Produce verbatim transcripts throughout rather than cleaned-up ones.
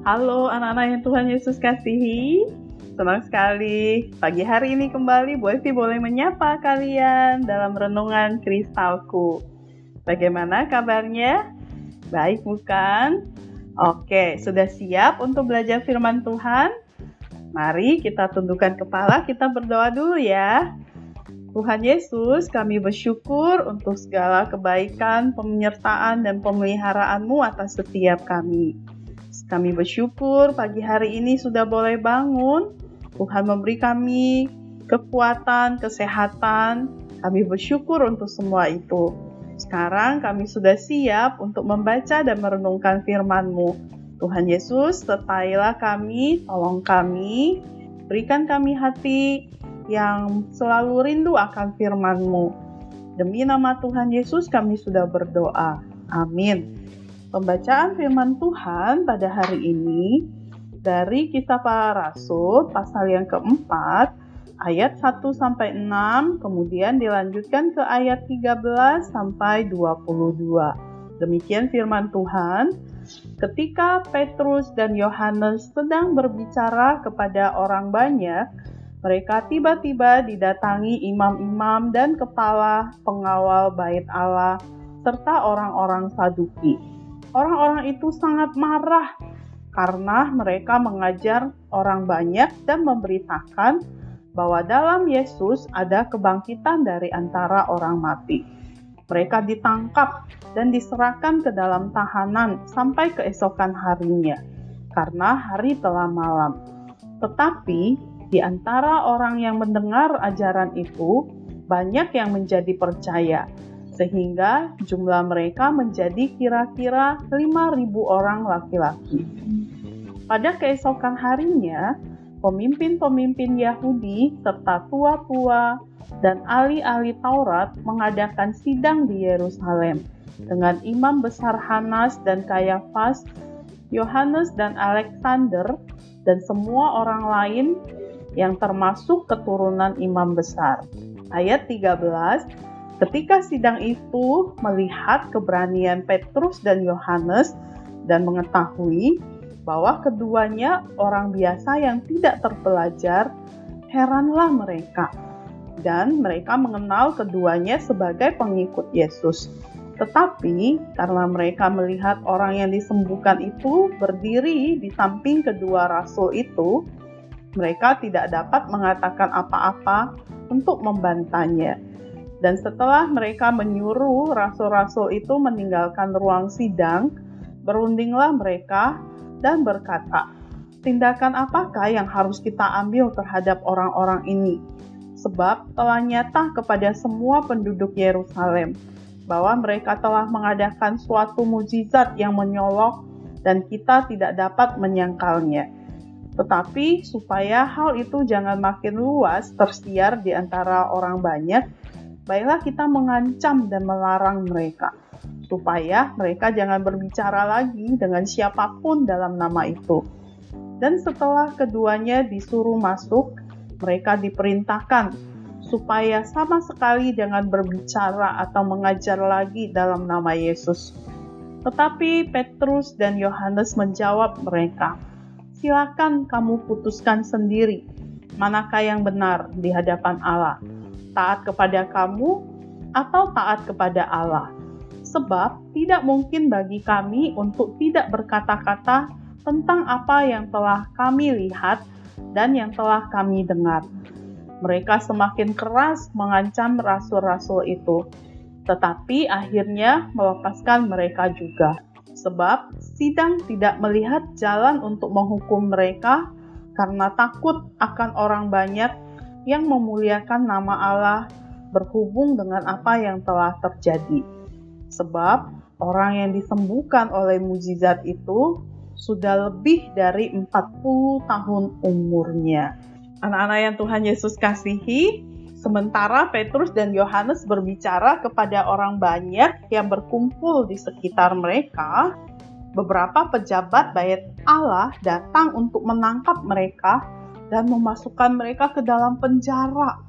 Halo anak-anak yang Tuhan Yesus kasihi. Senang sekali pagi hari ini kembali Bu Evi boleh menyapa kalian dalam renungan kristalku. Bagaimana kabarnya? Baik bukan? Oke, sudah siap untuk belajar firman Tuhan? Mari kita tundukkan kepala, kita berdoa dulu ya. Tuhan Yesus, kami bersyukur untuk segala kebaikan, penyertaan, dan pemeliharaanmu atas setiap kami. Kami bersyukur pagi hari ini sudah boleh bangun. Tuhan memberi kami kekuatan, kesehatan. Kami bersyukur untuk semua itu. Sekarang kami sudah siap untuk membaca dan merenungkan firman-Mu. Tuhan Yesus, sertailah kami, tolong kami, berikan kami hati yang selalu rindu akan firman-Mu. Demi nama Tuhan Yesus kami sudah berdoa. Amin. Pembacaan firman Tuhan pada hari ini dari Kisah Para Rasul pasal yang keempat ayat satu sampai enam, kemudian dilanjutkan ke ayat tiga belas sampai dua puluh dua. Demikian firman Tuhan. Ketika Petrus dan Yohanes sedang berbicara kepada orang banyak, mereka tiba-tiba didatangi imam-imam dan kepala pengawal bait Allah serta orang-orang Saduki. Orang-orang itu sangat marah karena mereka mengajar orang banyak dan memberitakan bahwa dalam Yesus ada kebangkitan dari antara orang mati. Mereka ditangkap dan diserahkan ke dalam tahanan sampai keesokan harinya karena hari telah malam. Tetapi di antara orang yang mendengar ajaran itu, banyak yang menjadi percaya, sehingga jumlah mereka menjadi kira-kira lima ribu orang laki-laki. Pada keesokan harinya, pemimpin-pemimpin Yahudi serta tua-tua dan ahli-ahli Taurat mengadakan sidang di Yerusalem dengan imam besar Hanas dan Kayafas, Yohanes dan Alexander, dan semua orang lain yang termasuk keturunan imam besar. Ayat tiga belas, ketika sidang itu melihat keberanian Petrus dan Yohanes dan mengetahui bahwa keduanya orang biasa yang tidak terpelajar, heranlah mereka. Dan mereka mengenal keduanya sebagai pengikut Yesus. Tetapi karena mereka melihat orang yang disembuhkan itu berdiri di samping kedua rasul itu, mereka tidak dapat mengatakan apa-apa untuk membantahnya. Dan setelah mereka menyuruh rasul-rasul itu meninggalkan ruang sidang, berundinglah mereka dan berkata, "Tindakan apakah yang harus kita ambil terhadap orang-orang ini? Sebab telah nyata kepada semua penduduk Yerusalem bahwa mereka telah mengadakan suatu mukjizat yang menyolok dan kita tidak dapat menyangkalnya. Tetapi supaya hal itu jangan makin luas tersiar di antara orang banyak, baiklah kita mengancam dan melarang mereka, supaya mereka jangan berbicara lagi dengan siapapun dalam nama itu." Dan setelah keduanya disuruh masuk, mereka diperintahkan supaya sama sekali jangan berbicara atau mengajar lagi dalam nama Yesus. Tetapi Petrus dan Yohanes menjawab mereka, "Silakan kamu putuskan sendiri, manakah yang benar di hadapan Allah, taat kepada kamu atau taat kepada Allah. Sebab tidak mungkin bagi kami untuk tidak berkata-kata tentang apa yang telah kami lihat dan yang telah kami dengar." Mereka semakin keras mengancam rasul-rasul itu, tetapi akhirnya melepaskan mereka juga. Sebab sidang tidak melihat jalan untuk menghukum mereka karena takut akan orang banyak yang memuliakan nama Allah berhubung dengan apa yang telah terjadi. Sebab orang yang disembuhkan oleh mukjizat itu sudah lebih dari empat puluh tahun umurnya. Anak-anak yang Tuhan Yesus kasihi, sementara Petrus dan Yohanes berbicara kepada orang banyak yang berkumpul di sekitar mereka, beberapa pejabat bait Allah datang untuk menangkap mereka dan memasukkan mereka ke dalam penjara.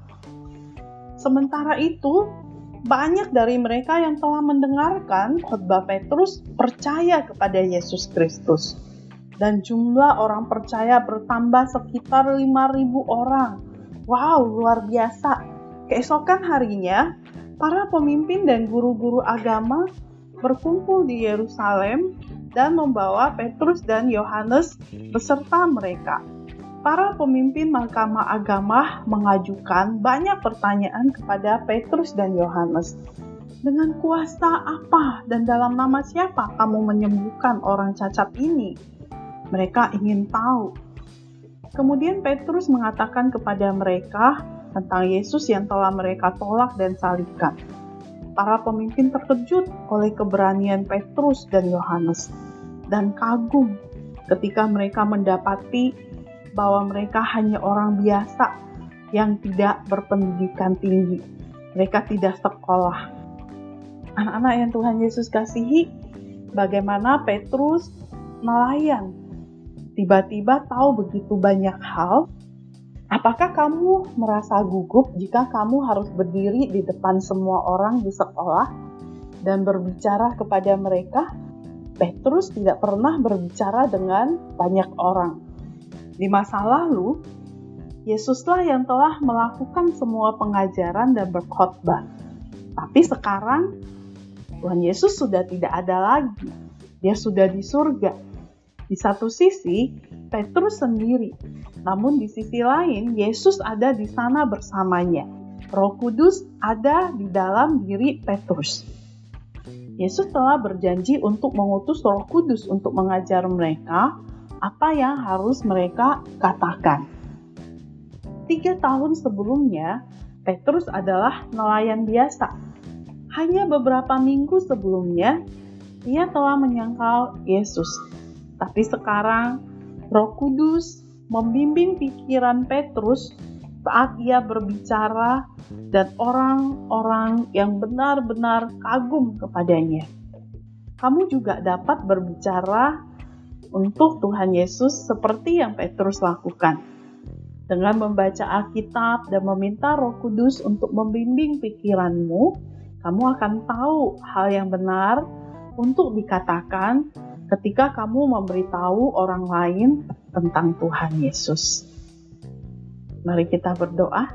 Sementara itu, banyak dari mereka yang telah mendengarkan khotbah Petrus percaya kepada Yesus Kristus. dan jumlah orang percaya bertambah sekitar lima ribu orang. Wow, luar biasa. Keesokan harinya, para pemimpin dan guru-guru agama berkumpul di Yerusalem dan membawa Petrus dan Yohanes beserta mereka. Para pemimpin mahkamah agama mengajukan banyak pertanyaan kepada Petrus dan Yohanes. Dengan kuasa apa dan dalam nama siapa kamu menyembuhkan orang cacat ini? Mereka ingin tahu. Kemudian Petrus mengatakan kepada mereka tentang Yesus yang telah mereka tolak dan salibkan. Para pemimpin terkejut oleh keberanian Petrus dan Yohanes dan kagum ketika mereka mendapati bahwa mereka hanya orang biasa yang tidak berpendidikan tinggi. Mereka tidak sekolah. Anak-anak yang Tuhan Yesus kasihi, bagaimana Petrus nelayan tiba-tiba tahu begitu banyak hal. Apakah kamu merasa gugup jika kamu harus berdiri di depan semua orang di sekolah dan berbicara kepada mereka? Petrus tidak pernah berbicara dengan banyak orang. Di masa lalu, Yesuslah yang telah melakukan semua pengajaran dan berkhotbah. Tapi sekarang, Tuhan Yesus sudah tidak ada lagi. Dia sudah di surga. Di satu sisi, Petrus sendiri. Namun di sisi lain, Yesus ada di sana bersamanya. Roh Kudus ada di dalam diri Petrus. Yesus telah berjanji untuk mengutus Roh Kudus untuk mengajar mereka apa yang harus mereka katakan. Tiga tahun sebelumnya, Petrus adalah nelayan biasa. Hanya beberapa minggu sebelumnya, ia telah menyangkal Yesus. Tapi sekarang, Roh Kudus membimbing pikiran Petrus saat ia berbicara dan orang-orang yang benar-benar kagum kepadanya. Kamu juga dapat berbicara untuk Tuhan Yesus seperti yang Petrus lakukan. Dengan membaca Alkitab dan meminta Roh Kudus untuk membimbing pikiranmu, kamu akan tahu hal yang benar untuk dikatakan ketika kamu memberitahu orang lain tentang Tuhan Yesus. Mari kita berdoa.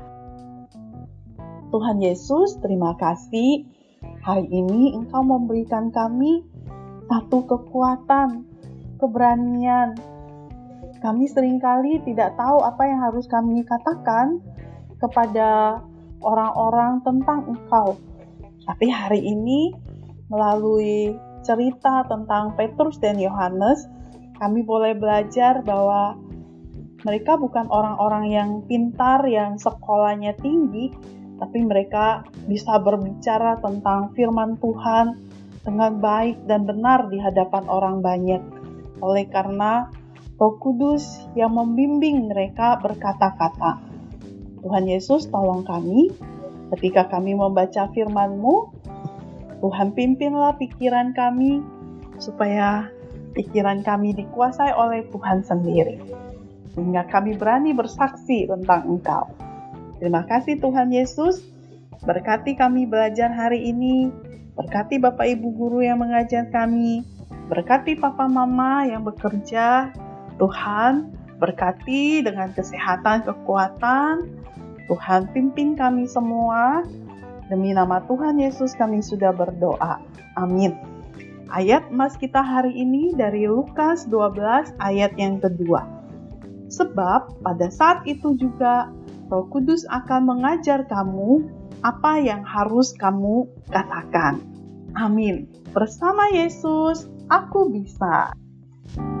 Tuhan Yesus, terima kasih hari ini Engkau memberikan kami satu kekuatan, keberanian. Kami seringkali tidak tahu apa yang harus kami katakan kepada orang-orang tentang Engkau. Tapi hari ini, melalui cerita tentang Petrus dan Yohanes, kami boleh belajar bahwa mereka bukan orang-orang yang pintar, yang sekolahnya tinggi, tapi mereka bisa berbicara tentang firman Tuhan dengan baik dan benar di hadapan orang banyak. Oleh karena Roh Kudus yang membimbing mereka berkata-kata. Tuhan Yesus, tolong kami ketika kami membaca firman-Mu. Tuhan, pimpinlah pikiran kami supaya pikiran kami dikuasai oleh Tuhan sendiri, sehingga kami berani bersaksi tentang Engkau. Terima kasih Tuhan Yesus. Berkati kami belajar hari ini. Berkati Bapak Ibu Guru yang mengajar kami. Berkati Papa Mama yang bekerja. Tuhan, berkati dengan kesehatan, kekuatan. Tuhan, pimpin kami semua. Demi nama Tuhan Yesus kami sudah berdoa. Amin. Ayat emas kita hari ini dari Lukas dua belas ayat yang kedua. Sebab pada saat itu juga Roh Kudus akan mengajar kamu apa yang harus kamu katakan. Amin. Bersama Yesus, aku bisa.